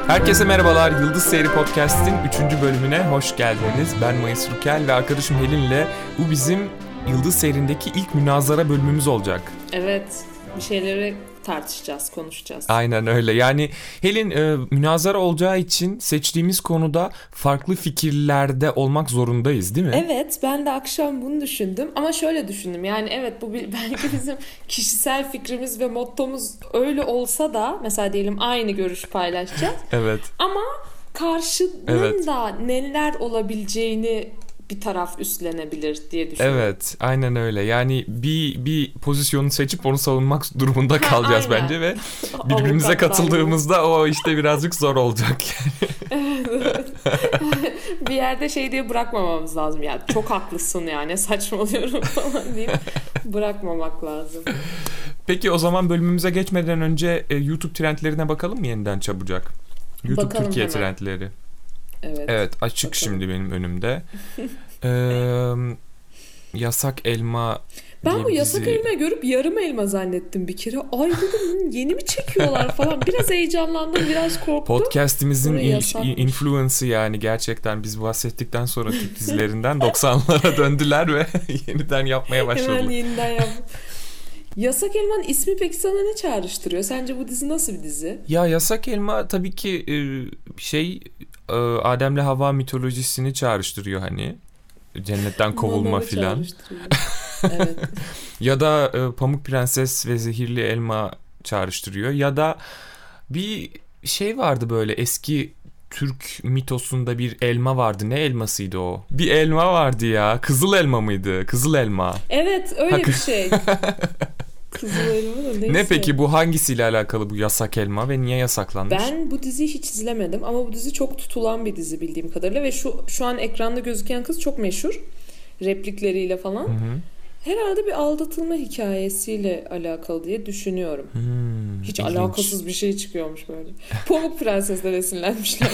Herkese merhabalar. Yıldız Seyri Podcast'in 3. bölümüne hoş geldiniz. Ben Mayıs Rukel ve arkadaşım Helin'le bu bizim Yıldız Seyri'ndeki ilk münazara bölümümüz olacak. Evet, bir şeyleri tartışacağız, konuşacağız. Aynen öyle. Yani Helin münazara olacağı için seçtiğimiz konuda farklı fikirlerde olmak zorundayız, değil mi? Evet, ben de akşam bunu düşündüm ama şöyle düşündüm. Yani evet, bu belki bizim kişisel fikrimiz ve mottomuz öyle olsa da mesela diyelim aynı görüşü paylaşacağız. Evet. Ama karşının da neler olabileceğini bir taraf üstlenebilir diye düşünüyorum. Evet, aynen öyle. Yani bir pozisyonu seçip onu savunmak durumunda kalacağız bence ve birbirimize katıldığımızda o işte birazcık zor olacak yani. Evet. Bir yerde şey diye bırakmamamız lazım. Ya çok haklısın yani, saçmalıyorum falan diye bırakmamak lazım. Peki o zaman bölümümüze geçmeden önce YouTube trendlerine bakalım mı yeniden çabucak? YouTube bakalım Türkiye hemen. trendleri. Evet, açık bakalım. Şimdi benim önümde. Yasak Elma Ben diye bu bir yasak dizi... elma görüp yarım elma zannettim bir kere. Ay dedim, yeni mi çekiyorlar falan. Biraz heyecanlandım, biraz korktum. Podcast'imizin influence'ı yani gerçekten biz bahsettikten sonra Türk dizilerinden 90'lara döndüler ve yeniden yapmaya başladılar. Hemen yeniden yap. Yasak Elma'nın ismi peki sana ne çağrıştırıyor? Sence bu dizi nasıl bir dizi? Ya Yasak Elma tabii ki Adem'le Havva mitolojisini çağrıştırıyor hani. Cennetten kovulma filan. Evet. Ya da Pamuk Prenses ve Zehirli Elma çağrıştırıyor. Ya da bir şey vardı böyle eski Türk mitosunda bir elma vardı. Ne elmasıydı o? Bir elma vardı ya. Kızıl elma mıydı? Kızıl elma. Evet, öyle bir şey. Kızıl elma da neyse. Ne peki bu hangisiyle alakalı bu yasak elma ve niye yasaklanmış? Ben bu diziyi hiç izlemedim ama bu dizi çok tutulan bir dizi bildiğim kadarıyla ve şu an ekranda gözüken kız çok meşhur. Replikleriyle falan. Hı-hı. Herhalde bir aldatılma hikayesiyle alakalı diye düşünüyorum. Hiç ilginç. alakasız bir şey çıkıyormuş böyle. Pamuk Prenses'ten esinlenmişler.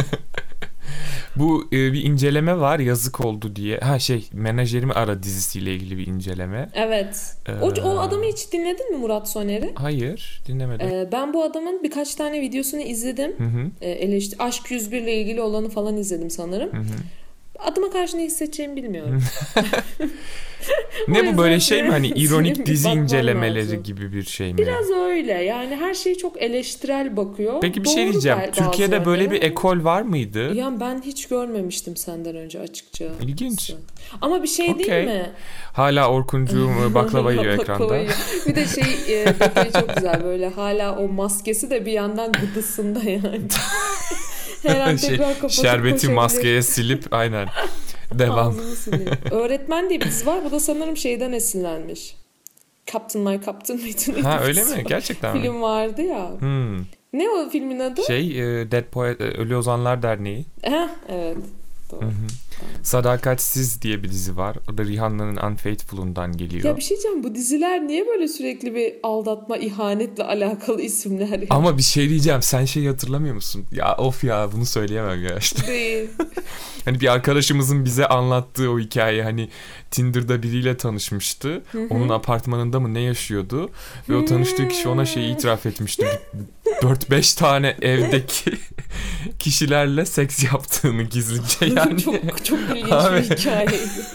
Bu bir inceleme var, yazık oldu diye. Menajerimi Ara dizisiyle ilgili bir inceleme. Evet. O adamı hiç dinledin mi, Murat Soner'i? Hayır, dinlemedim. Ben bu adamın birkaç tane videosunu izledim. Aşk 101 ile ilgili olanı falan izledim sanırım. Adıma karşı ne hissedeceğimi bilmiyorum. Ne bu böyle şey mi, hani ironik bir dizi bakmam incelemeleri lazım. gibi bir şey mi? Biraz öyle yani, her şeyi çok eleştirel bakıyor. Peki bir şey diyeceğim. Türkiye'de böyle bir ekol var mıydı? Ya ben hiç görmemiştim senden önce açıkça. İlginç. Ama bir şey değil mi? Hala Orkuncuğum baklava yiyor ekranda. Bir de detayı çok güzel, böyle hala o maskesi de bir yandan gıdısında yani. Her an tekrar kapatıp şerbeti maskeye silip aynen. Devam. Öğretmen diye bir dizi var. Bu da sanırım şeyden esinlenmiş. Captain My Captain mıydı? Ha öyle mi? Gerçekten mi? Film vardı ya. Ne o filmin adı? Dead Poet, Ölü Ozanlar Derneği. Evet. Doğru. Sadakatsiz diye bir dizi var. O da Rihanna'nın Unfaithful'undan geliyor. Ya bir şey diyeceğim, bu diziler niye böyle sürekli bir aldatma, ihanetle alakalı isimler ya? Ama bir şey diyeceğim, sen hatırlamıyor musun? Ya of ya, bunu söyleyemem ya işte. Değil. Hani bir arkadaşımızın bize anlattığı o hikaye, hani Tinder'da biriyle tanışmıştı. Onun apartmanında mı ne yaşıyordu? Ve o tanıştığı kişi ona itiraf etmişti. 4-5 tane evdeki kişilerle seks yaptığını gizlice yani. çok ilginç bir hikayeydi.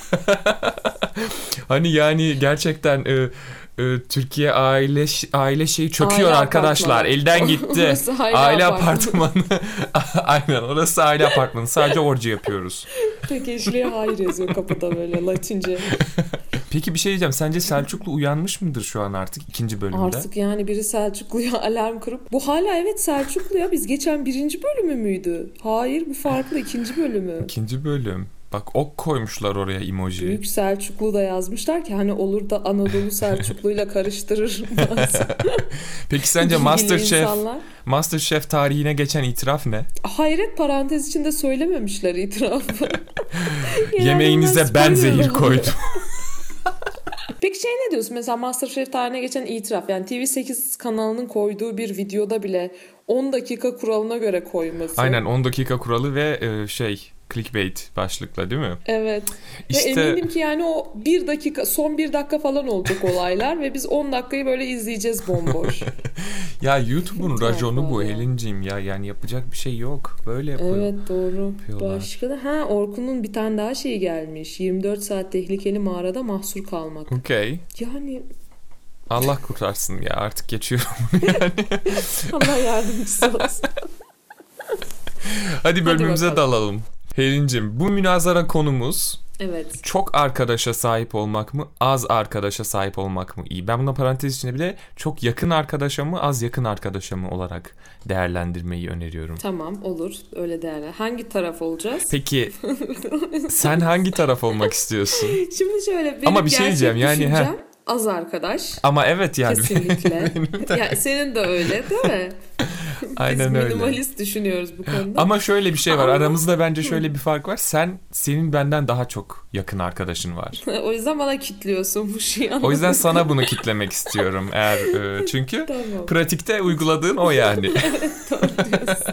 Hani yani gerçekten Türkiye aile şeyi çöküyor aile arkadaşlar. Apartmanı. Elden gitti. Aile apartmanı. Aynen, orası aile apartmanı. Sadece orji yapıyoruz. Tek eşliğe hayır yazıyor kapıda böyle Latince. Peki bir şey diyeceğim. Sence Selçuklu uyanmış mıdır şu an artık ikinci bölümde? Artık yani biri Selçuklu'ya alarm kurup. Bu hala evet Selçuklu ya. Biz geçen 1. bölümü müydü? Hayır, bu farklı, 2. bölümü. 2. bölüm. Bak ok koymuşlar oraya emoji. Büyük Selçuklu da yazmışlar ki hani olur da Anadolu Selçuklu'yla karıştırır. Peki sence Masterchef tarihine geçen itiraf ne? Hayret parantez içinde söylememişler itirafı. Yemeğinize ben zehir koydum. Peki ne diyorsun? Mesela Masterchef tarihine geçen itiraf. Yani TV8 kanalının koyduğu bir videoda bile 10 dakika kuralına göre koyması. Aynen, 10 dakika kuralı ve clickbait başlıkla değil mi? Evet. İşte... Ve eminim ki yani o son bir dakika falan olacak olaylar ve biz 10 dakikayı böyle izleyeceğiz bomboş. Ya YouTube'un raconu bu Helinciğim ya. Yani yapacak bir şey yok. Böyle yapıyor. Evet doğru. Yapıyorlar. Başka da Orkun'un bir tane daha şeyi gelmiş. 24 saat tehlikeli mağarada mahsur kalmak. Okey. Yani Allah kurtarsın ya, artık geçiyorum yani. Allah yardımcısı olsun. Hadi bölümümüze dalalım. Helincim, bu münazara konumuz evet. Çok arkadaşa sahip olmak mı, az arkadaşa sahip olmak mı iyi? Ben buna parantez içinde bile çok yakın arkadaşa mı, az yakın arkadaşa mı olarak değerlendirmeyi öneriyorum. Tamam, olur. Öyle değerler. Hangi taraf olacağız? Peki sen hangi taraf olmak istiyorsun? Şimdi şöyle benim ama bir şey diyeceğim yani az arkadaş. Ama evet yani. Kesinlikle. Ya senin de öyle değil mi? Aynen biz öyle. Minimalist düşünüyoruz bu konuda. Ama şöyle bir şey var. Aramızda bence şöyle bir fark var. Senin benden daha çok yakın arkadaşın var. O yüzden bana kitliyorsun bu şeyi. O yüzden sana bunu kitlemek istiyorum. Çünkü tamam. Pratikte uyguladığın o yani. Evet, doğru diyorsun.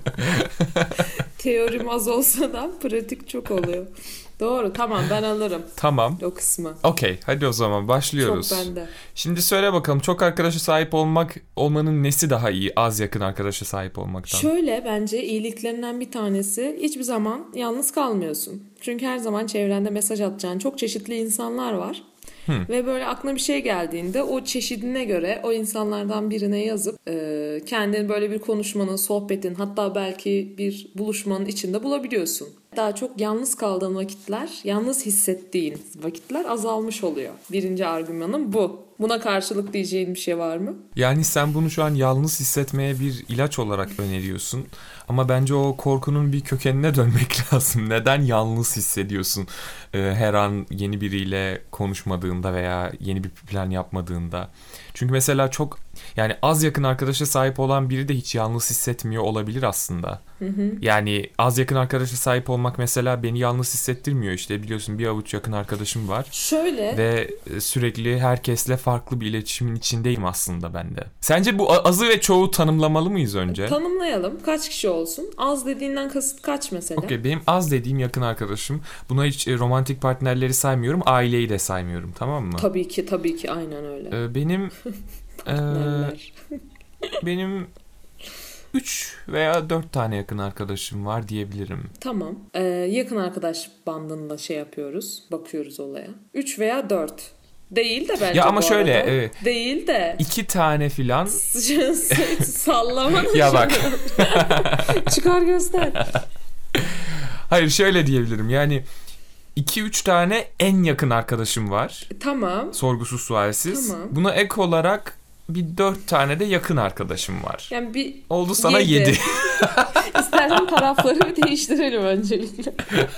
Teorim az olsa da pratik çok oluyor. Doğru, tamam, ben alırım. Tamam. O kısmı. Okey, hadi o zaman başlıyoruz. Çok bende. Şimdi söyle bakalım, çok arkadaşa sahip olmanın nesi daha iyi az yakın arkadaşa sahip olmaktan? Şöyle, bence iyiliklerinden bir tanesi, hiçbir zaman yalnız kalmıyorsun. Çünkü her zaman çevrende mesaj atacağın çok çeşitli insanlar var. Ve böyle aklına bir şey geldiğinde o çeşidine göre o insanlardan birine yazıp kendini böyle bir konuşmanın, sohbetin, hatta belki bir buluşmanın içinde bulabiliyorsun. Daha çok yalnız kaldığın vakitler, yalnız hissettiğin vakitler azalmış oluyor. Birinci argümanım bu. Buna karşılık diyeceğin bir şey var mı? Yani sen bunu şu an yalnız hissetmeye bir ilaç olarak öneriyorsun. Ama bence o korkunun bir kökenine dönmek lazım. Neden yalnız hissediyorsun her an yeni biriyle konuşmadığında veya yeni bir plan yapmadığında? Çünkü mesela çok yani az yakın arkadaşa sahip olan biri de hiç yalnız hissetmiyor olabilir aslında. Yani az yakın arkadaşa sahip olmak mesela beni yalnız hissettirmiyor işte, biliyorsun bir avuç yakın arkadaşım var. Şöyle. Ve sürekli herkesle farklı bir iletişimin içindeyim aslında ben de. Sence bu azı ve çoğu tanımlamalı mıyız önce? Tanımlayalım. Kaç kişi olsun? Az dediğinden kasıt kaç mesela? Okey, benim az dediğim yakın arkadaşım. Buna hiç romantik partnerleri saymıyorum, aileyi de saymıyorum, tamam mı? Tabii ki aynen öyle. Benim 3 veya 4 tane yakın arkadaşım var diyebilirim. Tamam. Yakın arkadaş bandında şey yapıyoruz. Bakıyoruz olaya. 3 veya 4. Değil de bence ya ama bu şöyle arada. Değil de. 2 tane filan. Sallama. Ya bak. Çıkar göster. Hayır, şöyle diyebilirim. Yani 2-3 tane en yakın arkadaşım var. Tamam. Sorgusuz sualsiz. Tamam. Buna ek olarak bir 4 tane de yakın arkadaşım var. Yani bir oldu sana 7. İstersen tarafları bir değiştirelim öncelikle.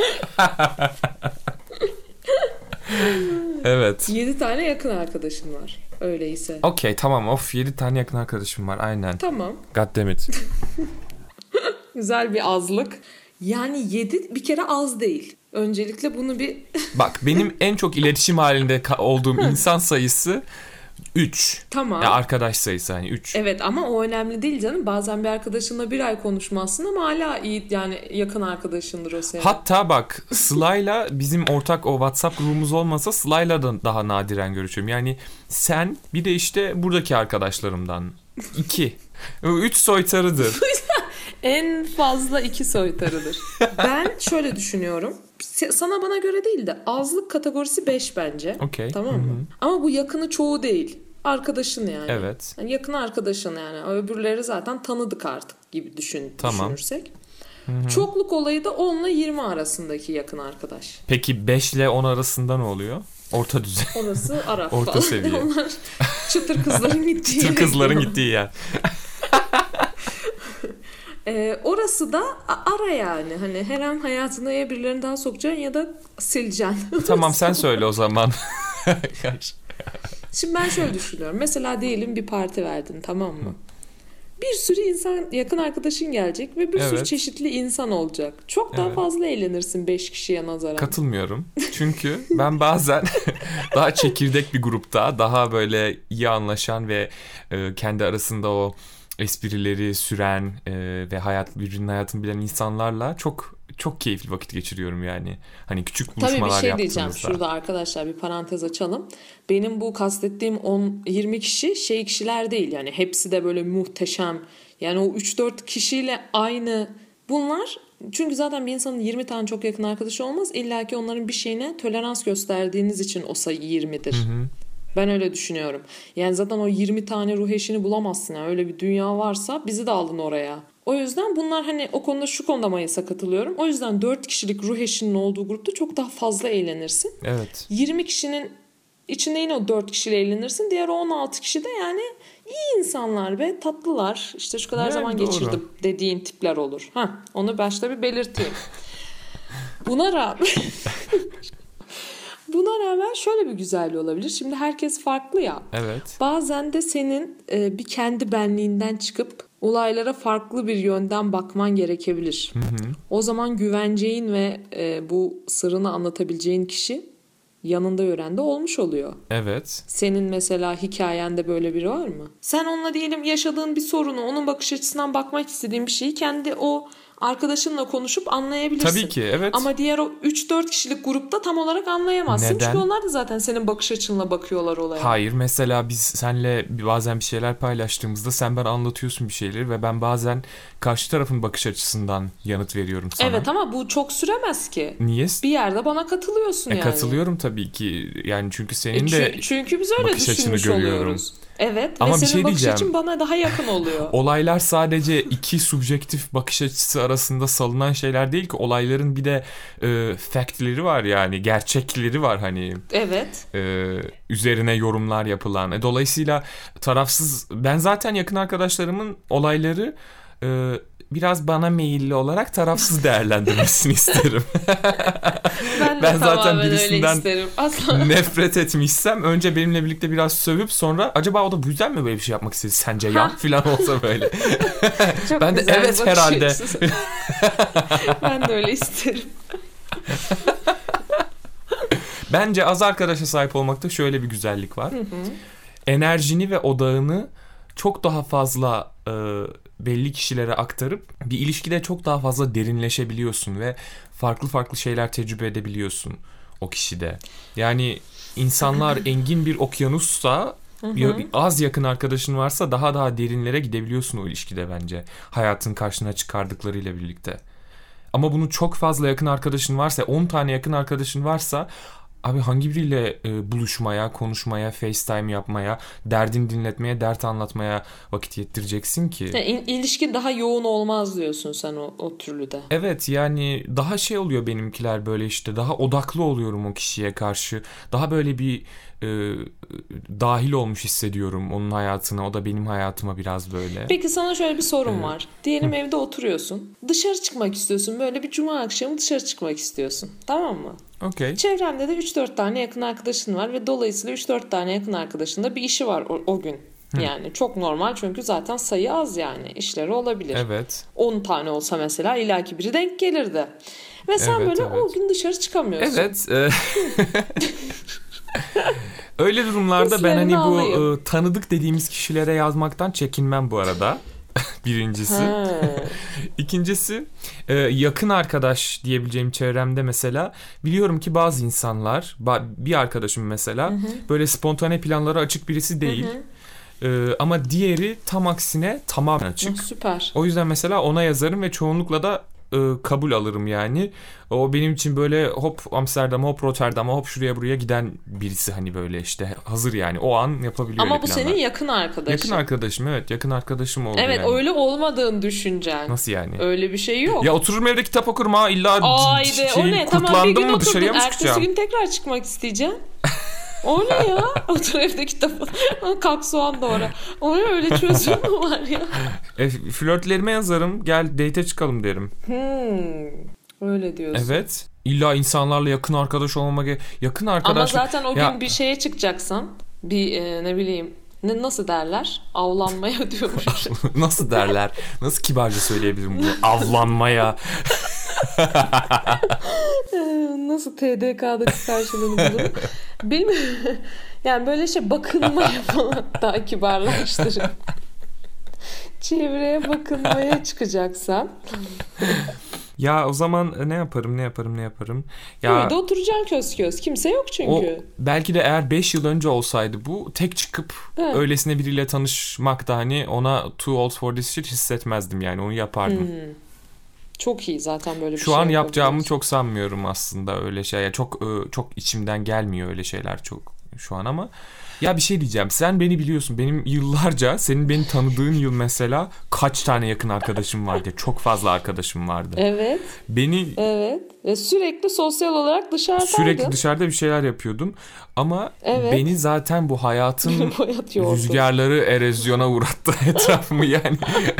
Evet. 7 tane yakın arkadaşın var. Öyleyse. Okey, tamam, 7 tane yakın arkadaşım var aynen. Tamam. God damn it. Güzel bir azlık. Yani 7 bir kere az değil. Öncelikle bunu bir... Bak, benim en çok iletişim halinde olduğum insan sayısı 3. Tamam. Ya arkadaş sayısı hani 3. Evet ama o önemli değil canım. Bazen bir arkadaşınla bir ay konuşmazsın ama hala iyi, yani yakın arkadaşındır o senin. Hatta bak, Sıla'yla bizim ortak o WhatsApp grubumuz olmasa Sıla'yla da daha nadiren görüşüyorum. Yani sen bir de işte buradaki arkadaşlarımdan 2. 3 soytarıdır. En fazla 2 soytarıdır. Ben şöyle düşünüyorum. Sana bana göre değil de azlık kategorisi 5 bence. Okay. Tamam mı? Hı-hı. Ama bu yakını çoğu değil. Arkadaşın yani. Evet. Yani yakın arkadaşın yani. Öbürleri zaten tanıdık artık gibi düşünürsek. Hı-hı. Çokluk olayı da 10 ile 20 arasındaki yakın arkadaş. Peki 5 ile 10 arasında ne oluyor? Orta düzey. Orası Arap orta falan. seviye. Onlar çıtır kızların gittiği yer. Çıtır kızların gittiği yer. Orası da ara yani. Hani her an hayatına ya birilerini daha sokacaksın ya da sileceksin. Tamam, sen söyle o zaman. Şimdi ben şöyle düşünüyorum. Mesela diyelim bir parti verdin, tamam mı? Bir sürü insan, yakın arkadaşın gelecek ve bir sürü çeşitli insan olacak. Çok daha fazla eğlenirsin 5 kişiye nazaran. Katılmıyorum. Çünkü ben bazen daha çekirdek bir grupta, daha böyle iyi anlaşan ve kendi arasında o esprileri süren ve birbirinin hayatını bilen insanlarla çok çok keyifli vakit geçiriyorum yani. Hani küçük Tabii bir buluşmalar şey diyeceğim. yaptığımızda. Şurada arkadaşlar bir parantez açalım. Benim bu kastettiğim 10-20 kişi kişiler değil. Yani hepsi de böyle muhteşem. Yani o 3-4 kişiyle aynı bunlar. Çünkü zaten bir insanın 20 tane çok yakın arkadaşı olmaz. İlla ki onların bir şeyine tolerans gösterdiğiniz için o sayı 20'dir. Ben öyle düşünüyorum. Yani zaten o 20 tane ruh eşini bulamazsın. Yani öyle bir dünya varsa bizi de alın oraya. O yüzden bunlar hani o konuda şu konuda Mayıs'a katılıyorum. O yüzden 4 kişilik ruh eşinin olduğu grupta çok daha fazla eğlenirsin. Evet. 20 kişinin içinde yine o 4 kişiyle eğlenirsin. Diğer 16 kişi de yani iyi insanlar ve tatlılar. İşte şu kadar Yani zaman doğru. geçirdim dediğin tipler olur. Onu başta bir belirteyim. Buna rağmen şöyle bir güzelliği olabilir. Şimdi herkes farklı ya. Evet. Bazen de senin bir kendi benliğinden çıkıp olaylara farklı bir yönden bakman gerekebilir. O zaman güveneceğin ve bu sırrını anlatabileceğin kişi yanında yörende olmuş oluyor. Evet. Senin mesela hikayende böyle biri var mı? Sen onunla diyelim yaşadığın bir sorunu, onun bakış açısından bakmak istediğin bir şeyi kendi o arkadaşınla konuşup anlayabilirsin. Tabii ki, evet. Ama diğer o 3-4 kişilik grupta tam olarak anlayamazsın. Neden? Çünkü onlar da zaten senin bakış açınla bakıyorlar olaya. Hayır, mesela biz seninle bazen bir şeyler paylaştığımızda sen bana anlatıyorsun bir şeyleri ve ben bazen karşı tarafın bakış açısından yanıt veriyorum sana. Evet ama bu çok süremez ki. Niye? Bir yerde bana katılıyorsun yani. Katılıyorum tabii ki. Yani çünkü senin de çünkü biz öyle bakış açını düşünmüş görüyorum. oluyoruz. Evet Ama ve bir senin şey bakış diyeceğim. açın bana daha yakın oluyor. Olaylar sadece iki subjektif bakış açısı arasında salınan şeyler değil ki. Olayların bir de factleri var yani. Gerçekleri var hani. Evet. Üzerine yorumlar yapılan. Dolayısıyla tarafsız... Ben zaten yakın arkadaşlarımın olayları... biraz bana meyilli olarak tarafsız değerlendirmesini isterim. Ben zaten birisinden Asla. nefret etmişsem önce benimle birlikte biraz sövüp sonra acaba o da bu yüzden mi böyle bir şey yapmak istedi sence ya falan olsa böyle. Ben de evet herhalde. Ben de öyle isterim. Bence az arkadaşa sahip olmakta şöyle bir güzellik var. Enerjini ve odağını çok daha fazla belli kişilere aktarıp bir ilişkide çok daha fazla derinleşebiliyorsun ve farklı farklı şeyler tecrübe edebiliyorsun o kişide. Yani insanlar engin bir okyanussa az yakın arkadaşın varsa daha derinlere gidebiliyorsun o ilişkide bence. Hayatın karşına çıkardıklarıyla birlikte. Ama bunun çok fazla yakın arkadaşın varsa, 10 tane yakın arkadaşın varsa abi hangi biriyle buluşmaya, konuşmaya, FaceTime yapmaya, derdini dinletmeye, dert anlatmaya vakit yettireceksin ki? Yani ilişki daha yoğun olmaz diyorsun sen o türlü de. Evet yani daha şey oluyor benimkiler böyle işte daha odaklı oluyorum o kişiye karşı. Daha böyle bir dahil olmuş hissediyorum onun hayatına, o da benim hayatıma biraz böyle. Peki sana şöyle bir sorum var. Diyelim evde oturuyorsun. Dışarı çıkmak istiyorsun. Böyle bir cuma akşamı dışarı çıkmak istiyorsun. Tamam mı? Okay. Çevrende de 3-4 tane yakın arkadaşın var ve dolayısıyla 3-4 tane yakın arkadaşın da bir işi var o gün. Yani çok normal çünkü zaten sayı az yani. İşleri olabilir. Evet. 10 tane olsa mesela illaki biri denk gelirdi. Ve sen böyle o gün dışarı çıkamıyorsun. Evet. Öyle durumlarda ben hani bu tanıdık dediğimiz kişilere yazmaktan çekinmem bu arada. Birincisi. İkincisi yakın arkadaş diyebileceğim çevremde mesela biliyorum ki bazı insanlar, bir arkadaşım mesela böyle spontane planlara açık birisi değil. Ama diğeri tam aksine tamamen açık. Süper. O yüzden mesela ona yazarım ve çoğunlukla da kabul alırım yani. O benim için böyle hop Amsterdam'a, hop Rotterdam'a, hop şuraya buraya giden birisi hani böyle işte hazır yani. O an yapabiliyor. Ama bu planlar. Senin yakın arkadaşın. Yakın arkadaşım, evet. Yakın arkadaşım oldu evet, yani. öyle olmadığını düşüneceksin. Nasıl yani? Öyle bir şey yok. Ya otururum evde kitap okurum ha illa o ne? Tamam bir gün mı dışarıya mı oturdun. çıkacağım? Ertesi gün tekrar çıkmak isteyeceksin. O ne ya? Otur evde kitap kalk soğan doğra. O ne, öyle çözüm mü var ya? Flörtlerime yazarım. Gel date'e çıkalım derim. Öyle diyorsun. Evet. İlla insanlarla yakın arkadaş olmama yakın arkadaş. Ama zaten o gün bir şeye çıkacaksan bir ne bileyim nasıl derler? Avlanmaya diyormuş. Nasıl derler? Nasıl kibarca söyleyebilirim bunu? Avlanmaya. Nasıl TDK'daki karşılığını bulurum? Bilmiyorum. Yani böyle bakılmaya falan daha kibarlaştırın. Çevreye bakılmaya çıkacaksan. Ya o zaman ne yaparım? Ya Köyde oturacaksın köz köz. Kimse yok çünkü. o belki de eğer 5 yıl önce olsaydı bu tek çıkıp öylesine biriyle tanışmak da hani ona too old for this shit hissetmezdim yani onu yapardım. Çok iyi zaten böyle bir Şu şey an yapacağımı yapabiliyorsun. çok sanmıyorum aslında öyle şey. Yani çok içimden gelmiyor öyle şeyler çok şu an ama ya bir şey diyeceğim. Sen beni biliyorsun. Benim yıllarca senin beni tanıdığın yıl mesela kaç tane yakın arkadaşım vardı. Çok fazla arkadaşım vardı. Evet. Beni Evet. Ve sürekli sosyal olarak dışarıdaydın. sürekli dışarıda bir şeyler yapıyordum. Ama Evet. beni zaten bu hayatın Hayat yordu. rüzgarları erozyona uğrattı etrafımı yani.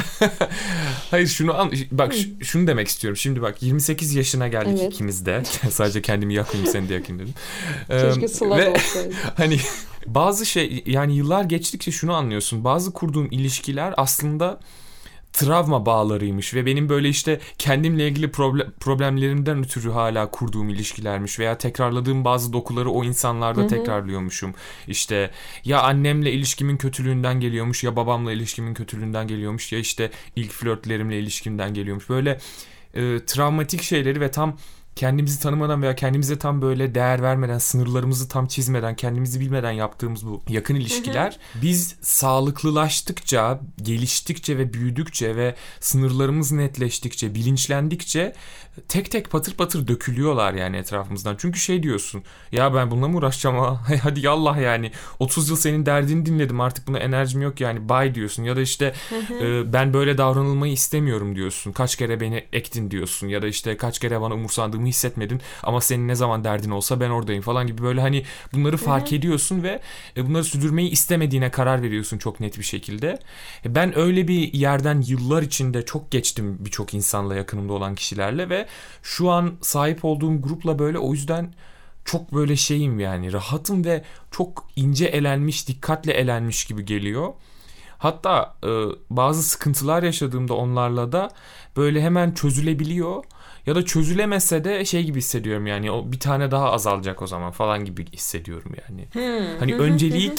Hayır bak şunu demek istiyorum. Şimdi bak 28 yaşına geldik Evet. ikimiz de. Sadece kendimi yakmayayım seni de yakayım dedim. Keşke Sıla da Ve olsaydı. hani bazı yani yıllar geçtikçe şunu anlıyorsun. Bazı kurduğum ilişkiler aslında travma bağlarıymış ve benim böyle işte kendimle ilgili problemlerimden ötürü hala kurduğum ilişkilermiş veya tekrarladığım bazı dokuları o insanlarda tekrarlıyormuşum. İşte ya annemle ilişkimin kötülüğünden geliyormuş ya babamla ilişkimin kötülüğünden geliyormuş ya işte ilk flörtlerimle ilişkimden geliyormuş. Böyle travmatik şeyleri ve tam kendimizi tanımadan veya kendimize tam böyle değer vermeden, sınırlarımızı tam çizmeden, kendimizi bilmeden yaptığımız bu yakın ilişkiler biz sağlıklılaştıkça, geliştikçe ve büyüdükçe ve sınırlarımız netleştikçe, bilinçlendikçe tek tek patır patır dökülüyorlar yani etrafımızdan. Çünkü şey diyorsun, ya ben bununla mı uğraşacağım ha? Hadi yallah yani 30 yıl senin derdini dinledim artık buna enerjim yok yani bye diyorsun. Ya da işte ben böyle davranılmayı istemiyorum diyorsun. Kaç kere beni ektin diyorsun ya da işte kaç kere bana umursandığımı hissetmedin ama senin ne zaman derdin olsa ben oradayım falan gibi böyle hani bunları fark ediyorsun ve bunları sürdürmeyi istemediğine karar veriyorsun çok net bir şekilde. Ben öyle bir yerden yıllar içinde çok geçtim birçok insanla yakınımda olan kişilerle ve şu an sahip olduğum grupla böyle o yüzden çok böyle şeyim yani rahatım ve çok ince elenmiş, dikkatle elenmiş gibi geliyor. Hatta bazı sıkıntılar yaşadığımda onlarla da böyle hemen çözülebiliyor. Ya da çözülemese de şey gibi hissediyorum yani o bir tane daha azalacak o zaman falan gibi hissediyorum yani. Hani önceliği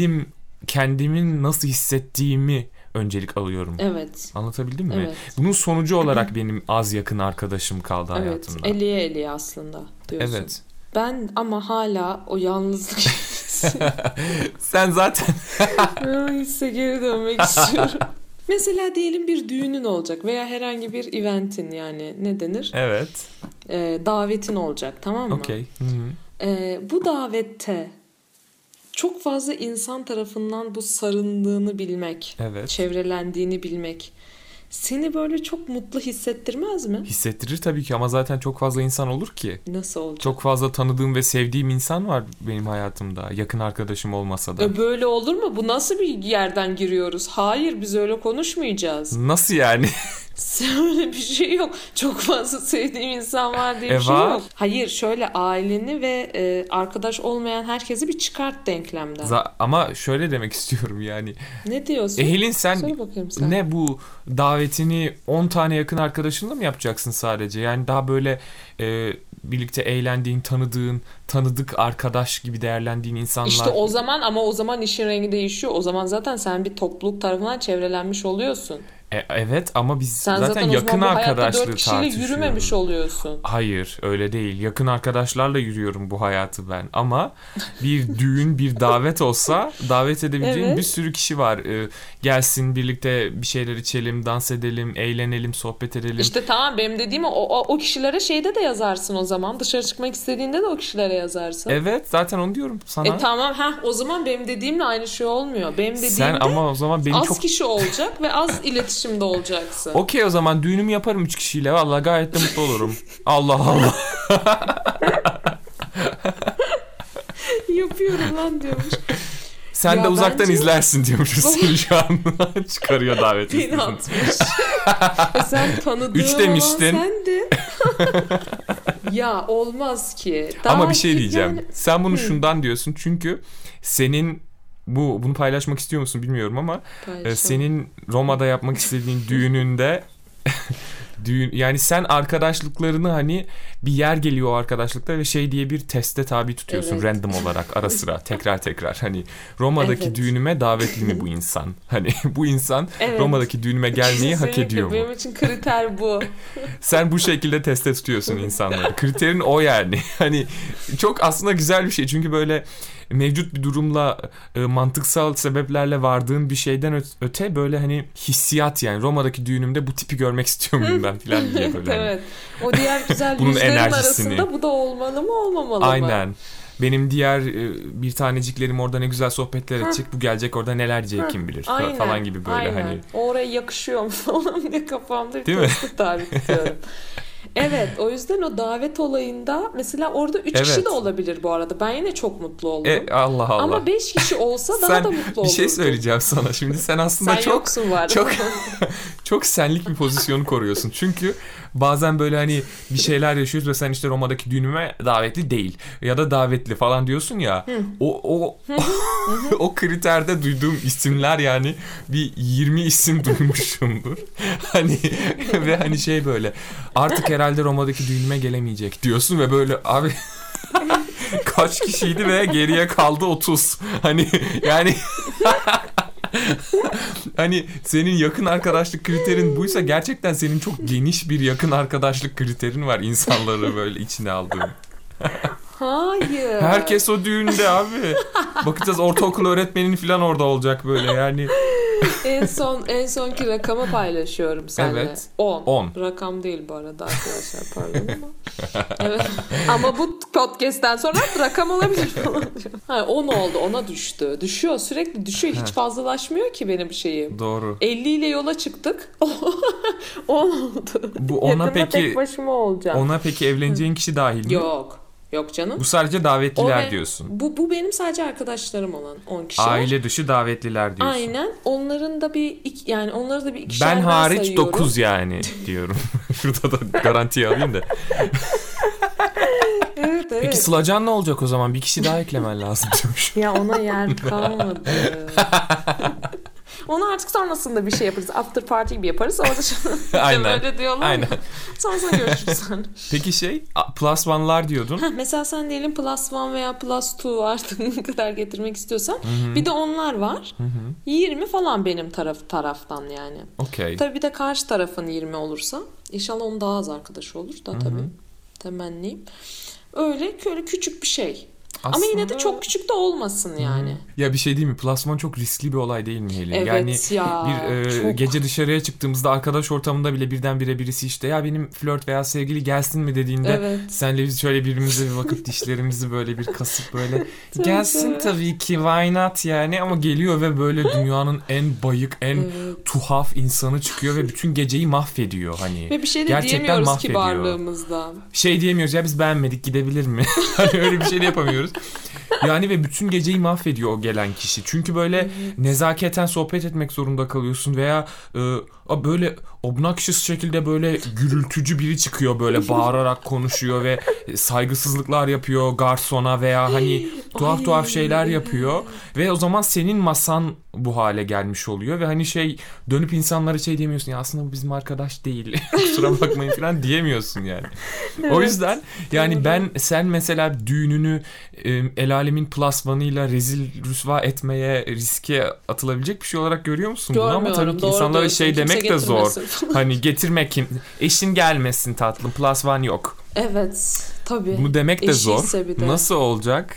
kendimin nasıl hissettiğimi öncelik alıyorum. Evet. Anlatabildim mi? Evet. Bunun sonucu olarak benim az yakın arkadaşım kaldı Evet. hayatımda. Eliye aslında diyorsun. Evet. Ben ama hala o yalnızlık Sen zaten hisse geri dönmek istiyorum. Mesela diyelim bir düğünün olacak veya herhangi bir eventin yani ne denir? evet. Davetin olacak tamam mı? Okey. Bu davette çok fazla insan tarafından bu sarındığını bilmek, Evet. çevrelendiğini bilmek seni böyle çok mutlu hissettirmez mi? Hissettirir tabii ki ama zaten çok fazla insan olur ki. Nasıl olacak? Çok fazla tanıdığım ve sevdiğim insan var benim hayatımda. Yakın arkadaşım olmasa da. Böyle olur mu? Bu nasıl bir yerden giriyoruz? Hayır, biz öyle konuşmayacağız. Nasıl yani? Öyle bir şey yok. Çok fazla sevdiğim insan var diye bir şey var. yok. Hayır, şöyle aileni ve arkadaş olmayan herkesi bir çıkart denklemden. Ama şöyle demek istiyorum yani. Ne diyorsun? Helin sen Söyle bakayım sen. ne bu davetini 10 tane yakın arkadaşınla mı yapacaksın sadece? Yani daha böyle birlikte eğlendiğin, tanıdık arkadaş gibi değerlendiğin insanlar. İşte o zaman işin rengi değişiyor. O zaman zaten sen bir topluluk tarafından çevrelenmiş oluyorsun. Evet ama biz Sen zaten o yakın zaman bu hayatta arkadaşlığı 4 kişiyle tartışıyoruz. yürümemiş oluyorsun. Hayır öyle değil. Yakın arkadaşlarla yürüyorum bu hayatı ben. Ama bir düğün, bir davet olsa davet edebileceğim Evet. bir sürü kişi var. Gelsin birlikte bir şeyler içelim, dans edelim, eğlenelim, sohbet edelim. İşte tamam benim dediğim o kişilere şeyde de yazarsın o zaman. Dışarı çıkmak istediğinde de o kişilere yazarsın. Evet zaten onu diyorum sana. Tamam o zaman benim dediğimle aynı şey olmuyor. Benim dediğimde Sen ama o zaman beni az çok... kişi olacak ve az iletişimde olacaksın. Okey o zaman düğünümü yaparım 3 kişiyle. Vallahi gayet de mutlu olurum. Allah Allah. Yapıyorum lan diyormuş. Sen Ya de uzaktan bence- izlersin diyormuşuz seni şu an. Çıkarıyor davet Beni listesini. atmış. Sen tanıdığın Üç demiştin. olan sendin. Ya olmaz ki. Ama bir şey diyeceğim. Yani... Sen bunu şundan diyorsun çünkü senin bunu paylaşmak istiyor musun bilmiyorum ama senin Roma'da yapmak istediğin düğününde yani sen arkadaşlıklarını hani bir yer geliyor o arkadaşlıkta ve şey diye bir teste tabi tutuyorsun, Evet. random olarak ara sıra tekrar. Hani Roma'daki Evet. düğünüme davetli mi bu insan? Hani bu insan Evet. Roma'daki düğünüme gelmeyi hak Kesinlikle. ediyor mu? Benim için kriter bu. Sen bu şekilde teste tutuyorsun insanları. Kriterin o yani. Hani çok aslında güzel bir şey. Çünkü böyle mevcut bir durumla mantıksal sebeplerle vardığın bir şeyden öte böyle hani hissiyat yani. Roma'daki düğünümde bu tipi görmek istiyor muyum ben falan diye böyle. Hani. Evet. O diğer güzel Bunun yüzlerin enerjisini. arasında bu da olmalı mı olmamalı mı? Aynen. Benim diğer bir taneciklerim orada ne güzel sohbetler edecek. Bu gelecek orada neler diyecek kim bilir Aynen, falan gibi böyle aynen. hani. O oraya yakışıyor mu falan diye kafamda Değil mi? testi tabi tutuyorum. Evet, o yüzden o davet olayında mesela orada 3 Evet. kişi de olabilir bu arada. Ben yine çok mutlu oldum. Allah Allah. Ama 5 kişi olsa daha Sen da mutlu olurdum. bir şey söyleyeceğim sana. Şimdi sen aslında Sen çok yoksun var. çok senlik bir pozisyonu koruyorsun. Çünkü bazen böyle hani bir şeyler yaşıyoruz ve sen işte Roma'daki düğünüme davetli değil ya da davetli falan diyorsun ya. O kriterde duyduğum isimler yani bir 20 isim duymuşumdur. Hani ve hani şey böyle artık herhalde Roma'daki düğünüme gelemeyecek diyorsun ve böyle abi kaç kişiydi ve geriye kaldı 30. Hani yani hani senin yakın arkadaşlık kriterin buysa gerçekten senin çok geniş bir yakın arkadaşlık kriterin var insanları böyle içine aldığın. Hayır. Herkes o düğünde abi. Bakacağız ortaokul öğretmenin falan orada olacak böyle yani. En sonki rakamı paylaşıyorum seninle. Evet. 10. 10. Rakam değil bu arada arkadaşlar, pardon ama. Evet. Ama bu podcast'ten sonra rakam olabilir falan diyor. Ha, 10 oldu, 10'a düştü. Düşüyor, sürekli düşüyor. Hiç fazlalaşmıyor ki benim şeyim. Doğru. 50 ile yola çıktık. 10 oldu. Bu ona Yakında peki tek başıma olacağım. ona peki evleneceğin kişi dahil mi? Yok. Yok canım. Bu sadece davetliler O diyorsun. Bu benim sadece arkadaşlarım olan 10 kişi var. Aile dışı davetliler diyorsun. Aynen. Onların da yani onları da bir ikişer Ben hariç sayıyorum. 9 yani diyorum. Şurada da garantiye alayım da. Evet. Peki Sılacan ne olacak o zaman? Bir kişi daha eklemen lazım diyormuş. Ya ona yer kalmadı. Onu artık sonrasında bir şey yaparız. After party gibi yaparız. Orada Aynen. böyle diyorlar. Aynen. Sonrasında görüşürüz. Peki plus one'lar diyordun. Mesela sen diyelim plus one veya plus two artık ne kadar getirmek istiyorsan. Hı-hı. Bir de onlar var. Hı-hı. 20 falan benim taraftan yani. Okay. Tabii bir de karşı tarafın 20 olursa. İnşallah onun daha az arkadaşı olur da tabii. Temenniyim. Öyle küçük bir şey. Aslında... Ama yine de çok küçük de olmasın yani. Ya bir şey değil mi? Plasman çok riskli bir olay değil mi Helin? Evet yani ya. Bir gece dışarıya çıktığımızda arkadaş ortamında bile birdenbire birisi işte ya benim flört veya sevgili gelsin mi dediğinde senle biz şöyle birbirimize bir bakıp dişlerimizi böyle bir kasıp böyle gelsin tabii ki why not yani ama geliyor ve böyle dünyanın en bayık en tuhaf insanı çıkıyor ve bütün geceyi mahvediyor hani. Ve bir şey de gerçekten diyemiyoruz mahvediyor. Kibarlığımızdan. Şey diyemiyoruz ya biz beğenmedik gidebilir mi? Hani öyle bir şey de yapamıyoruz. Yani ve bütün geceyi mahvediyor o gelen kişi. Çünkü böyle nezaketen sohbet etmek zorunda kalıyorsun veya böyle obnoxious şekilde böyle gürültücü biri çıkıyor böyle bağırarak konuşuyor ve saygısızlıklar yapıyor garsona veya hani tuhaf şeyler yapıyor ve o zaman senin masan bu hale gelmiş oluyor ve hani dönüp insanlara diyemiyorsun ya aslında bu bizim arkadaş değil kusura bakmayın falan diyemiyorsun yani. Evet. O yüzden yani sen mesela düğününü el alemin plus one'ıyla rezil rüsva etmeye riske atılabilecek bir şey olarak görüyor musun bunu? Ama tabii ki insanlara demek de zor. Hani getirmek eşin gelmesin tatlım plus one yok. Evet tabii. Bunu demek de zor. Nasıl olacak?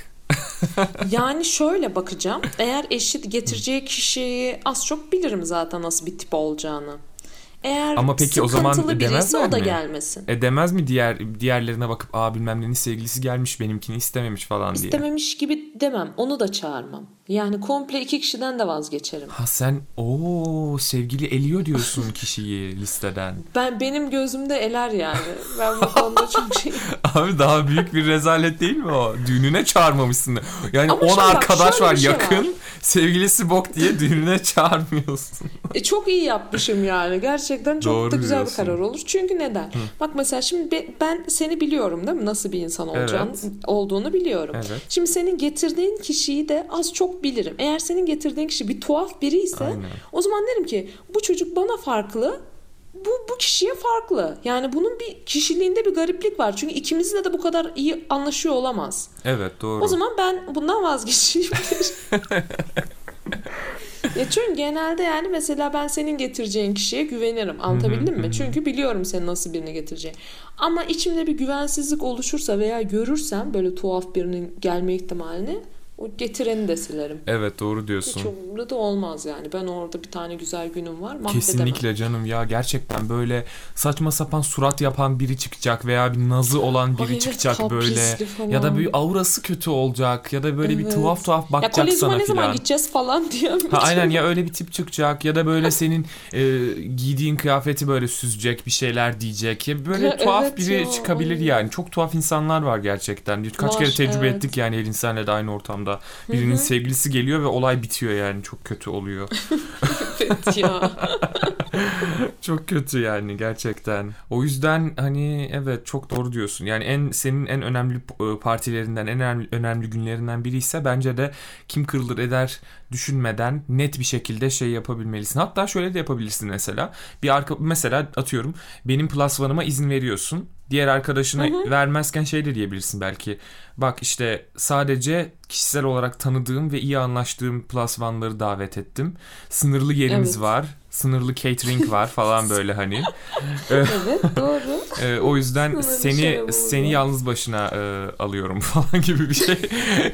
Yani şöyle bakacağım. Eğer eşit getireceği kişiyi az çok bilirim zaten nasıl bir tip olacağını. Eğer ama peki o zaman biriyse o da gelmesin. Demez mi diğerlerine bakıp bilmem nenin sevgilisi gelmiş benimkini istememiş falan diye. İstememiş gibi demem. Onu da çağırmam. Yani komple 2 kişiden de vazgeçerim. Ha sen sevgili eliyor diyorsun kişiyi listeden. Benim gözümde eler yani. Ben bu konuda çok Abi daha büyük bir rezalet değil mi o? Düğününe çağırmamışsın. Yani 10 arkadaş var yakın. Var. Sevgilisi bok diye düğününe çağırmıyorsun. Çok iyi yapmışım yani. Gerçekten çok doğru da güzel diyorsun. Bir karar olur. Çünkü neden? Bak mesela şimdi ben seni biliyorum değil mi? Nasıl bir insan olduğunu biliyorum. Evet. Şimdi senin getirdiğin kişiyi de az çok bilirim. Eğer senin getirdiğin kişi bir tuhaf biri ise o zaman derim ki bu çocuk bana farklı bu kişiye farklı. Yani bunun bir kişiliğinde bir gariplik var. Çünkü ikimizle de bu kadar iyi anlaşıyor olamaz. Evet, doğru. O zaman ben bundan vazgeçeyim. Ya çünkü genelde yani mesela ben senin getireceğin kişiye güvenirim. Anlatabildim mi? Çünkü biliyorum senin nasıl birini getireceğini. Ama içimde bir güvensizlik oluşursa veya görürsem böyle tuhaf birinin gelme ihtimalini, o getireni de silerim. Evet, doğru diyorsun. Hiç umurumda da olmaz yani. Ben orada bir tane güzel günüm var, mahvedemem. Kesinlikle canım ya, gerçekten böyle saçma sapan surat yapan biri çıkacak veya bir nazı olan biri Ay evet, çıkacak böyle falan. ya da bir aurası kötü olacak ya da böyle bir Evet. tuhaf Ya bakacak Kolezyum'a sana ne zaman filan. gideceğiz falan diyor. Ha, aynen ya, öyle bir tip çıkacak ya da böyle senin giydiğin kıyafeti böyle süzecek, bir şeyler diyecek ya, böyle tuhaf Evet biri ya, çıkabilir aynen. yani. Çok tuhaf insanlar var gerçekten. Kaç Var, kere tecrübe evet. ettik yani Elinsen'le de aynı ortamda. Birinin sevgilisi geliyor ve olay bitiyor yani, çok kötü oluyor. Evet ya. Çok kötü yani gerçekten. O yüzden hani evet, çok doğru diyorsun. Yani senin en önemli partilerinden, en önemli günlerinden biri ise bence de kim kırılır eder düşünmeden net bir şekilde şey yapabilmelisin. Hatta şöyle de yapabilirsin mesela. Mesela atıyorum, benim plus one'ıma izin veriyorsun. Diğer arkadaşına vermezken şey de diyebilirsin belki. Bak işte sadece kişisel olarak tanıdığım ve iyi anlaştığım plus one'ları davet ettim. Sınırlı yerimiz var. Sınırlı catering var falan böyle hani. Evet, doğru. O yüzden Sınırlı seni yalnız başına alıyorum falan gibi bir şey.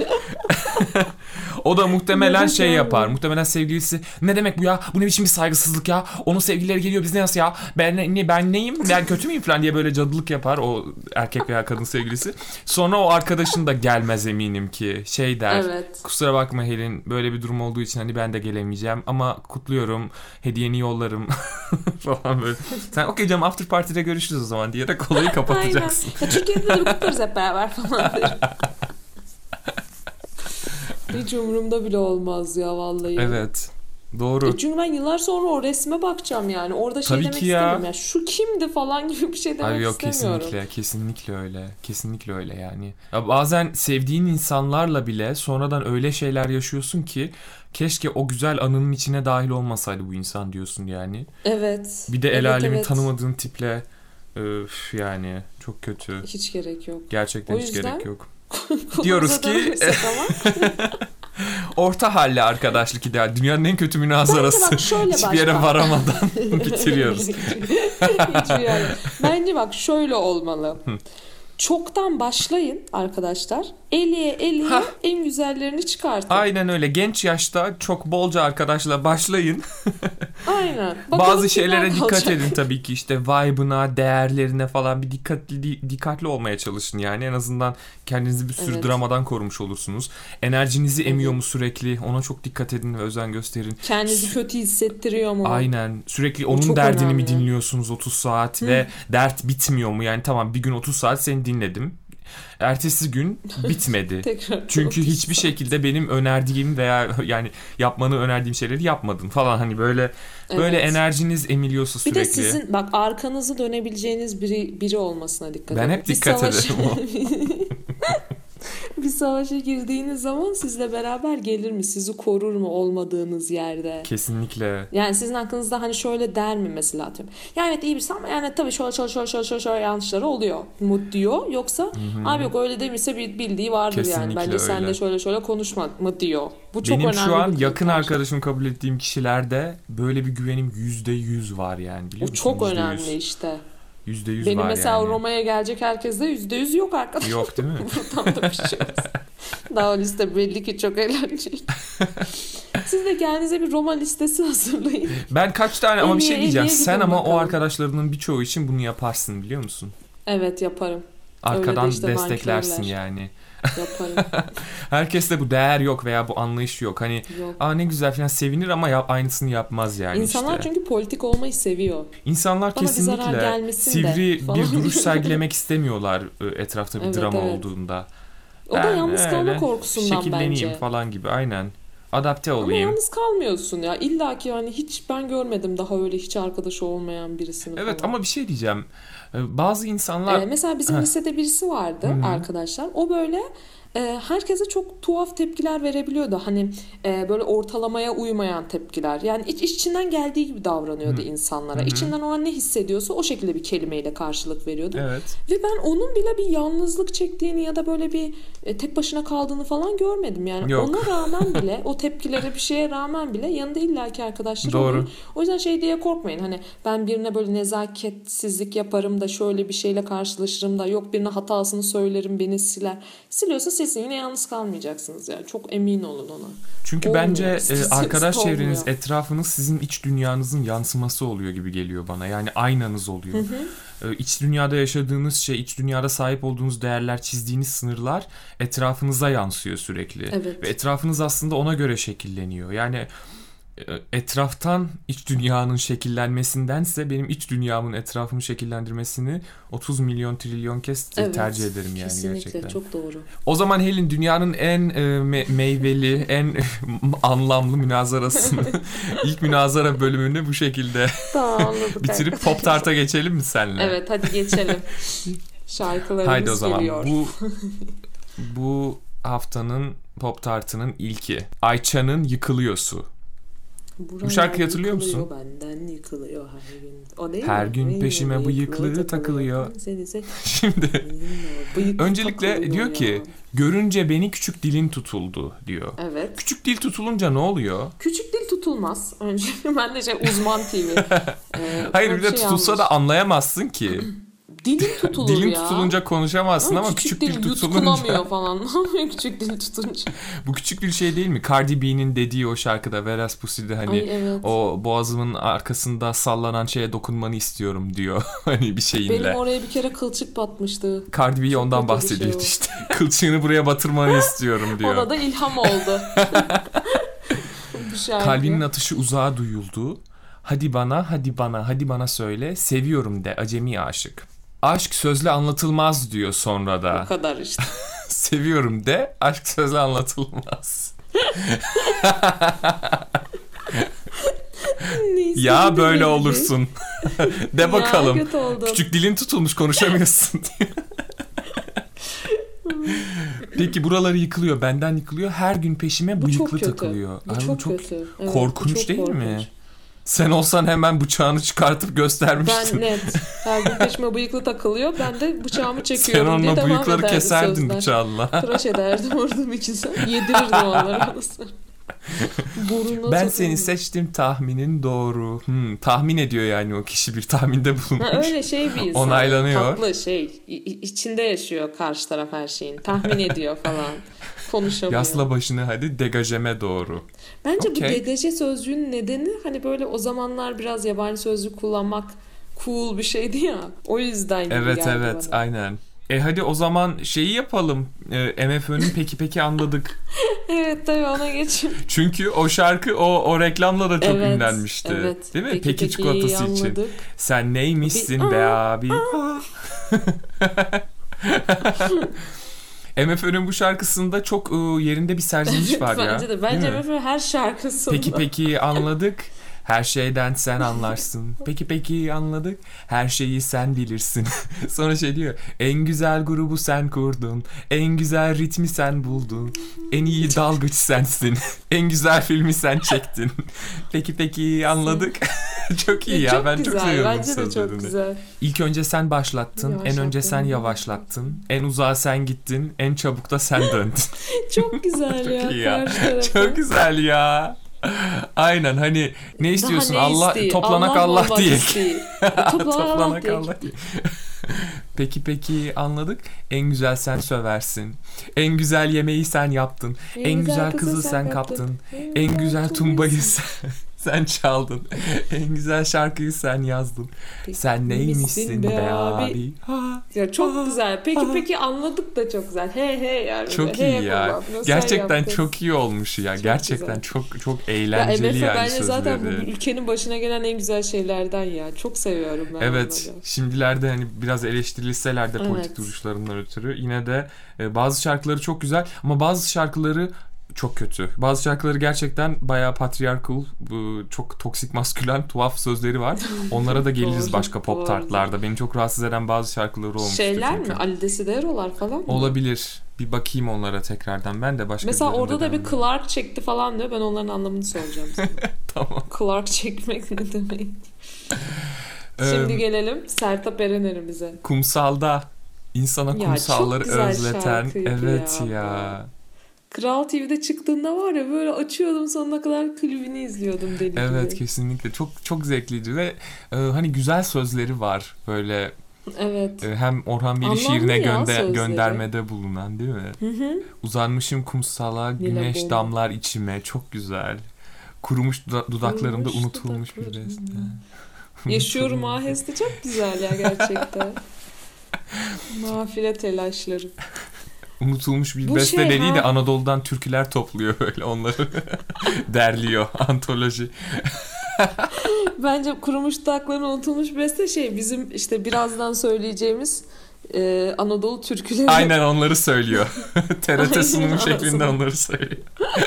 O da muhtemelen Evet, şey yani. yapar. Muhtemelen sevgilisi, ne demek bu ya? Bu ne biçim bir saygısızlık ya? Onun sevgilileri geliyor, biz ne nasıl ya? Ben neyim? Ben kötü müyüm falan diye böyle cadılık yapar o erkek veya kadın sevgilisi. Sonra o arkadaşın da gelmez eminim ki. Şey der. Evet. Kusura bakma Helin, böyle bir durum olduğu için hani ben de gelemeyeceğim ama kutluyorum. Hediyeni yollarım falan böyle. Sen okey canım, after party'de görüşürüz o zaman diyerek olayı kapatacaksın. Aynen. Ya Türkiye'de de kutlarız hep beraber falan derim. Hiç umurumda bile olmaz ya vallahi. Evet. Doğru. Çünkü ben yıllar sonra o resme bakacağım yani. Orada şey Tabii demek ki ya. istemiyorum. Ya şu kimdi falan gibi bir şey demek Hayır, yok, istemiyorum. kesinlikle öyle. Kesinlikle öyle yani. Ya bazen sevdiğin insanlarla bile sonradan öyle şeyler yaşıyorsun ki keşke o güzel anının içine dahil olmasaydı bu insan diyorsun yani. Evet. Bir de el Evet, alemin evet. tanımadığın tiple yani çok kötü. Hiç gerek yok. Gerçekten O hiç yüzden gerek yok. Diyoruz ki orta halli arkadaşlık ideal. Dünyanın en kötü münazarası. Bence bak şöyle hiçbir yere başla. varamadan bitiriyoruz. Hiçbir yer. Bence bak şöyle olmalı. Çoktan başlayın arkadaşlar. Eliye en güzellerini çıkartın. Aynen öyle. Genç yaşta çok bolca arkadaşla başlayın. Aynen. Bakalım Bazı şeylere kimler dikkat kalacak. edin tabii ki, işte vibe'ına, değerlerine falan bir dikkatli olmaya çalışın yani. En azından kendinizi bir sürü Evet. dramadan korumuş olursunuz. Enerjinizi emiyor mu sürekli? Ona çok dikkat edin ve özen gösterin. Kendinizi kötü hissettiriyor mu? Aynen. Sürekli Bu onun çok derdini mi önemli. dinliyorsunuz 30 saat ve dert bitmiyor mu? Yani tamam, bir gün 30 saat seni dinledim. Ertesi gün bitmedi. Tekrar Çünkü 30 hiçbir saat. şekilde benim önerdiğim veya yani yapmanı önerdiğim şeyleri yapmadın falan, hani böyle Evet. enerjiniz emiliyorsa Bir sürekli. de sizin bak arkanızı dönebileceğiniz biri olmasına dikkat edin. Ben hep dikkat ederim. Bir savaşa girdiğiniz zaman sizle beraber gelir mi? Sizi korur mu olmadığınız yerde? Kesinlikle. Yani sizin hakkınızda hani şöyle der mi mesela atıyorum. Ya evet iyi birisi ama yani tabii şöyle yanlışları oluyor mu diyor. Yoksa abi yok öyle demişse bir bildiği vardır Kesinlikle yani. Bence sen öyle. de şöyle konuşma mı diyor. Bu çok Benim önemli şu an bir yakın kriter. arkadaşım kabul ettiğim kişilerde böyle bir güvenim %100 var yani, biliyor O musun? çok %100. önemli işte. %100 Benim var mesela yani. Roma'ya gelecek herkeste %100 yok arkadaşlar. Yok değil mi? Buradan da bir şey olsun. Daha o liste belli ki çok eğlenceli. Siz de kendinize bir Roma listesi hazırlayın. Ben kaç tane ama bir şey Eliye diyeceğim. gidin Sen ama bakalım. o arkadaşlarının birçoğu için bunu yaparsın, biliyor musun? Evet yaparım. Arkadan Öyle de işte desteklersin nankörler. yani. Yaparım. Herkeste bu değer yok veya bu anlayış yok. Hani Yok. ne güzel falan sevinir ama aynısını yapmaz yani İnsanlar işte. çünkü politik olmayı seviyor. İnsanlar Bana bir zarar kesinlikle gelmesin de sivri falan. bir duruş sergilemek istemiyorlar etrafta bir Evet, drama evet. olduğunda. O da yalnız kalma öyle korkusundan şekilleneyim bence. falan gibi, aynen. Adapte Ama olayım. yalnız kalmıyorsun ya. İlla ki hani hiç ben görmedim daha öyle hiç arkadaşı olmayan birisini Evet falan. ama bir şey diyeceğim. Bazı insanlar Mesela bizim Heh. lisede birisi vardı Hı-hı. arkadaşlar. O böyle herkese çok tuhaf tepkiler verebiliyordu. Hani böyle ortalamaya uymayan tepkiler. Yani içinden geldiği gibi davranıyordu insanlara. İçinden o an ne hissediyorsa o şekilde bir kelimeyle karşılık veriyordu. Evet. Ve ben onun bile bir yalnızlık çektiğini ya da böyle bir tek başına kaldığını falan görmedim. Yani Yok. ona rağmen bile, o tepkilere, bir şeye rağmen bile yanında illaki arkadaşları Doğru. oluyor. O yüzden şey diye korkmayın. Hani ben birine böyle nezaketsizlik yaparım da şöyle bir şeyle karşılaşırım da yok birine hatasını söylerim beni siler. Siliyorsa silsin, yine yalnız kalmayacaksınız yani. Çok emin olun ona. Çünkü Olmuyor. bence arkadaş Olmuyor. çevreniz, etrafınız sizin iç dünyanızın yansıması oluyor gibi geliyor bana. Yani aynanız oluyor. İç dünyada yaşadığınız şey, iç dünyada sahip olduğunuz değerler, çizdiğiniz sınırlar etrafınıza yansıyor sürekli. Evet. Ve etrafınız aslında ona göre şekilleniyor. Yani etraftan iç dünyanın şekillenmesindense benim iç dünyamın etrafımı şekillendirmesini 30 milyon trilyon kez tercih ederim yani kesinlikle, gerçekten. çok doğru. O zaman Helin, dünyanın en meyveli, en anlamlı münazarasını, ilk münazara bölümünü bu şekilde bitirip Pop Tart'a geçelim mi seninle? Evet, hadi geçelim. Şarkılarımız Haydi o zaman. geliyor. Bu haftanın Pop Tart'ının ilki. Ayça'nın Yıkılıyorsu. Bu şarkıyı hatırlıyor musun? Benden yıkılıyor her gün. O değil her mi? gün peşime bıyıklı takılıyor. Şimdi öncelikle diyor ki görünce beni küçük dilin tutuldu diyor. Evet. Küçük dil tutulunca ne oluyor? Küçük dil tutulmaz. Önce ben de uzman TV. Hayır, bir de tutulsa da anlayamazsın ki. Dilin tutulur Dilin ya. tutulunca konuşamazsın ama küçük dil tutulunca. Yutkunamıyor falan. Ne yapıyor küçük dil tutunca? Bu küçük bir şey değil mi? Cardi B'nin dediği o şarkıda Whereas Pussy'de hani evet. O boğazımın arkasında sallanan şeye dokunmanı istiyorum diyor. Hani bir şeyinle. Benim oraya bir kere kılçık batmıştı. Cardi B ondan bahsediyor işte. Kılçığını buraya batırmanı istiyorum diyor. Ona da ilham oldu. Kalbinin atışı uzağa duyuldu. Hadi bana, hadi bana, hadi bana söyle. Seviyorum de acemi aşık. Aşk sözle anlatılmaz diyor sonra da. O kadar işte. Seviyorum de aşk sözle anlatılmaz. Ya böyle olursun. De bakalım. Küçük dilin tutulmuş, konuşamıyorsun diye. Peki buraları yıkılıyor, benden yıkılıyor. Her gün peşime bıyıklı takılıyor. Bu çok kötü. Evet, korkunç çok değil korkunç. mi? Sen olsan hemen bıçağını çıkartıp göstermiştin. Ben net. Her gün peşime bıyıklı takılıyor. Ben de bıçağımı çekiyorum diye devam ederdim. Sen onunla bıyıkları keserdin sözler. bıçağınla. Tıraş ederdim orada bir kişi. Yedirirdim onları. Ben seni seçtim, tahminin doğru. Tahmin ediyor yani o kişi, bir tahminde bulunmuş. Öyle şey bir insan. Onaylanıyor. Tatlı şey. İçinde yaşıyor karşı taraf her şeyin. Tahmin ediyor falan. Konuşamıyor. Yasla başını hadi degajeme doğru. Bence bu degaje sözcüğün nedeni hani böyle o zamanlar biraz yabancı sözcük kullanmak cool bir şeydi ya. O yüzden gibi evet, geldi evet, bana. aynen. Hadi o zaman şeyi yapalım. MFÖ'nün peki anladık. Evet, tabii ona geçeyim. Çünkü o şarkı o reklamla da çok ünlenmişti. Evet. Değil mi? Peki çikolatası için. Sen neymişsin be abi? MFÖ'nün bu şarkısında çok yerinde bir serzeniş var ya. Bence de. Bence MFÖ her şarkısında. Peki anladık. Her şeyden sen anlarsın. Peki anladık. Her şeyi sen bilirsin. Sonra şey diyor. En güzel grubu sen kurdun. En güzel ritmi sen buldun. En iyi dalgıç sensin. En güzel filmi sen çektin. Peki anladık. Çok iyi ya. Ben güzel. çok seviyorum Bence sözlerini. de çok güzel. İlk önce sen başlattın. En önce sen yavaşlattın. En uzağa sen gittin. En çabuk da sen döndün. Çok güzel çok ya. iyi ya. Çok güzel ya. Aynen, hani ne istiyorsun? Ne Allah isteği? toplanak Allah diye. Toplanak Allah diye. Peki anladık. En güzel sen söversin. En güzel yemeği sen yaptın. En güzel kızı sen kaptın. En güzel tumbayı sen çaldın. En güzel şarkıyı sen yazdın. Sen neymişsin be abi? Ya çok güzel. Peki anladık da çok güzel. He yani. Çok iyi ya. Gerçekten çok iyi olmuş ya. Gerçekten çok eğlenceli yani bence sözleri. zaten bu ülkenin başına gelen en güzel şeylerden ya. Çok seviyorum ben Evet. onları. Şimdilerde hani biraz eleştirilseler de politik duruşlarından ötürü yine de bazı şarkıları çok güzel ama bazı şarkıları çok kötü. Bazı şarkıları gerçekten bayağı patriarkal, çok toksik maskülen, tuhaf sözleri var. Onlara da geliriz Doğru, başka pop doğru. tartlarda. Beni çok rahatsız eden bazı şarkıları olmuştu Şeyler çünkü. mi? Ali Desidero'lar falan mı? Olabilir. Bir bakayım onlara tekrardan. Ben de başka Mesela birilerinde orada da bir devam Clark çekti falan diyor. Ben onların anlamını soracağım sana. Tamam. Clark çekmek ne demek? Şimdi gelelim Sertab Erener'imize. Kumsalda insana Ya, kumsalları çok güzel özleten. şarkıydı Evet ya. ya. Kral TV'de çıktığında var ya böyle açıyordum sonuna kadar klibini izliyordum deli gibi. Evet, kesinlikle. Çok çok zevkliydi ve hani güzel sözleri var. Böyle Evet. hem Orhan Veli Anlamlı şiirine ya sözleri. göndermede bulunan, değil mi? Hı. Uzanmışım kumsala, güneş bomba. damlar içime. Çok güzel. Kurumuş dudaklarımda Kurumuş unutulmuş bir dudaklarımda. beste. Yaşıyorum aheste çok güzel ya gerçekten. Nafile telaşlarım. Unutulmuş bir Bu beste şey, dediği de ha. Anadolu'dan türküler topluyor böyle, onları derliyor. Antoloji. Bence kurumuş dudaklarına unutulmuş beste bizim işte birazdan söyleyeceğimiz Anadolu türküleri. Aynen onları söylüyor. TRT Aynen, sunumu şeklinde ağzına. onları söylüyor.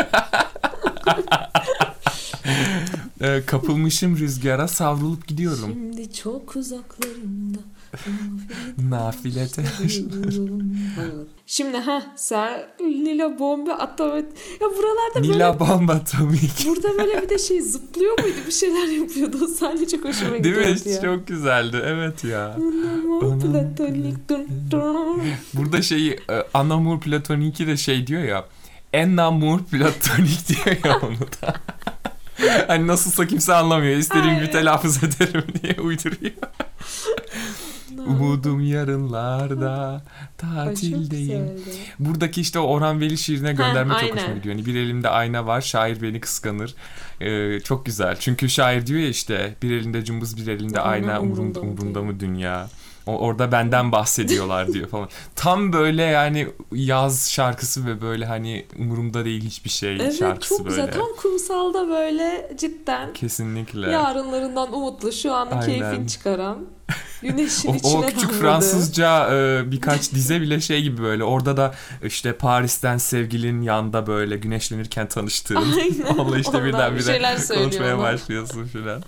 Kapılmışım rüzgara, savrulup gidiyorum. Şimdi çok uzaklarında. Nafile telaş. Şimdi Nila Bomba Atamet. Ya buralarda böyle Nila Bomba Tomik. burada böyle bir de zıplıyor muydu? Bir şeyler yapıyordu. O sahne çok hoşuma Değil mi? gidiyordu ya. Çok güzeldi. Evet ya. Platonik dun dun. Burada Anamur Platonik'i de diyor ya. Enamur Platonik diyor ya onu da. Hani nasılsa kimse anlamıyor. İstediğim gibi telaffuz ederim diye uyduruyor. Umudum yarınlarda tatildeyim. Buradaki işte o Orhan Veli şiirine gönderme çok hoşuma aynen. gidiyor. Hani bir elimde ayna var, şair beni kıskanır. Çok güzel. Çünkü şair diyor ya işte, bir elinde cımbız, bir elinde ayna, umrunda mı dünya? Orada benden bahsediyorlar diyor falan. Tam böyle yani yaz şarkısı ve böyle hani umurumda değil hiçbir şey Evet, şarkısı çok böyle. güzel. Tam kumsalda böyle cidden Kesinlikle. yarınlarından umutlu, şu anın Aynen. keyfini çıkaran, güneşin içine O küçük damladığı. Fransızca birkaç dize bile gibi böyle. Orada da işte Paris'ten sevgilin yanda böyle güneşlenirken tanıştığın. Aynen. Onunla işte Ondan bir birdenbire şeyler söylüyor konuşmaya ona. başlıyorsun filan.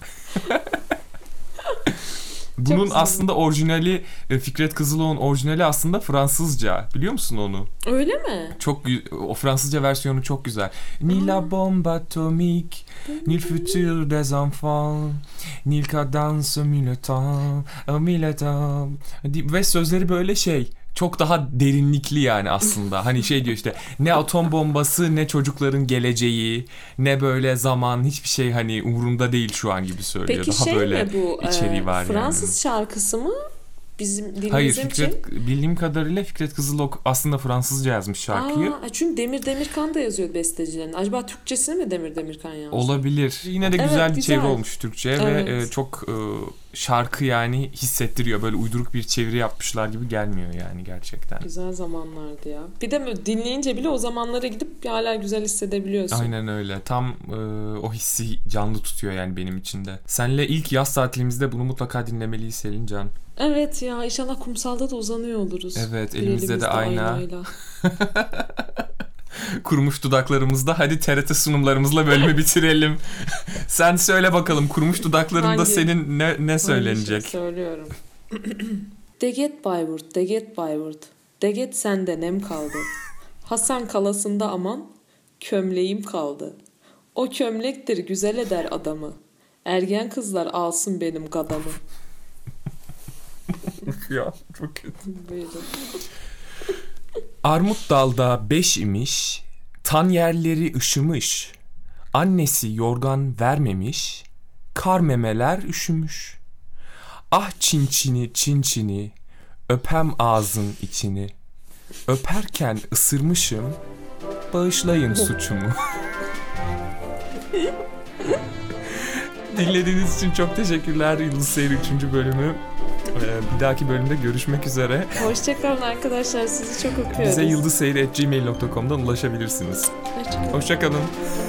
Bunun güzel. aslında orijinali, Fikret Kızıloğlu'nun orijinali aslında Fransızca. Biliyor musun onu? Öyle mi? O Fransızca versiyonu çok güzel. Ni la bombe atomique, ni le futur des enfants, ni le cadence militant. Ve sözleri böyle çok daha derinlikli yani aslında. Hani diyor işte, ne atom bombası, ne çocukların geleceği, ne böyle zaman, hiçbir şey hani umurumda değil şu an gibi söylüyor. Peki Daha böyle mi bu? içeriği var Fransız şarkısı mı? Bizim dilimizin Hayır, bildiğim kadarıyla Fikret Kızılok aslında Fransızca yazmış şarkıyı. Çünkü Demir Demirkan da yazıyor bestecilerin. Acaba Türkçesini mi Demir Demirkan yazmış? Olabilir. Yine de güzel bir güzel. çeviri olmuş Türkçe'ye Evet. ve çok şarkı yani hissettiriyor. Böyle uyduruk bir çeviri yapmışlar gibi gelmiyor yani gerçekten. Güzel zamanlardı ya. Bir de dinleyince bile o zamanlara gidip hala güzel hissedebiliyorsun. Aynen öyle. Tam o hissi canlı tutuyor yani benim içinde. Seninle ilk yaz tatilimizde bunu mutlaka dinlemeliyiz Selincan. Evet ya, inşallah kumsalda da uzanıyor oluruz. Evet, Bir elimizde de ayna. aynayla. Kurumuş dudaklarımızda. Hadi TRT sunumlarımızla bölümü bitirelim. Sen söyle bakalım, kurumuş dudaklarında senin ne söylenecek? Söylüyorum. Deget Bayburt, Deget Bayburt. Deget sende nem kaldı. Hasan kalasında aman, kömleğim kaldı. O kömlektir güzel eder adamı. Ergen kızlar alsın benim gadamı. Ya çok kötü. Buyurun. Armut dalda 5 imiş, tan yerleri ışımış, annesi yorgan vermemiş, kar memeler üşümüş. Ah çinçini çinçini, öpem ağzın içini, öperken ısırmışım, bağışlayın suçumu. Dinlediğiniz için çok teşekkürler. Yıldız Seyri 3. bölümü. Bir dahaki bölümde görüşmek üzere. Hoşçakalın arkadaşlar. Sizi çok öpüyoruz. Bize yıldızseyri@gmail.com'dan ulaşabilirsiniz. Hoşçakalın. Hoşçakalın.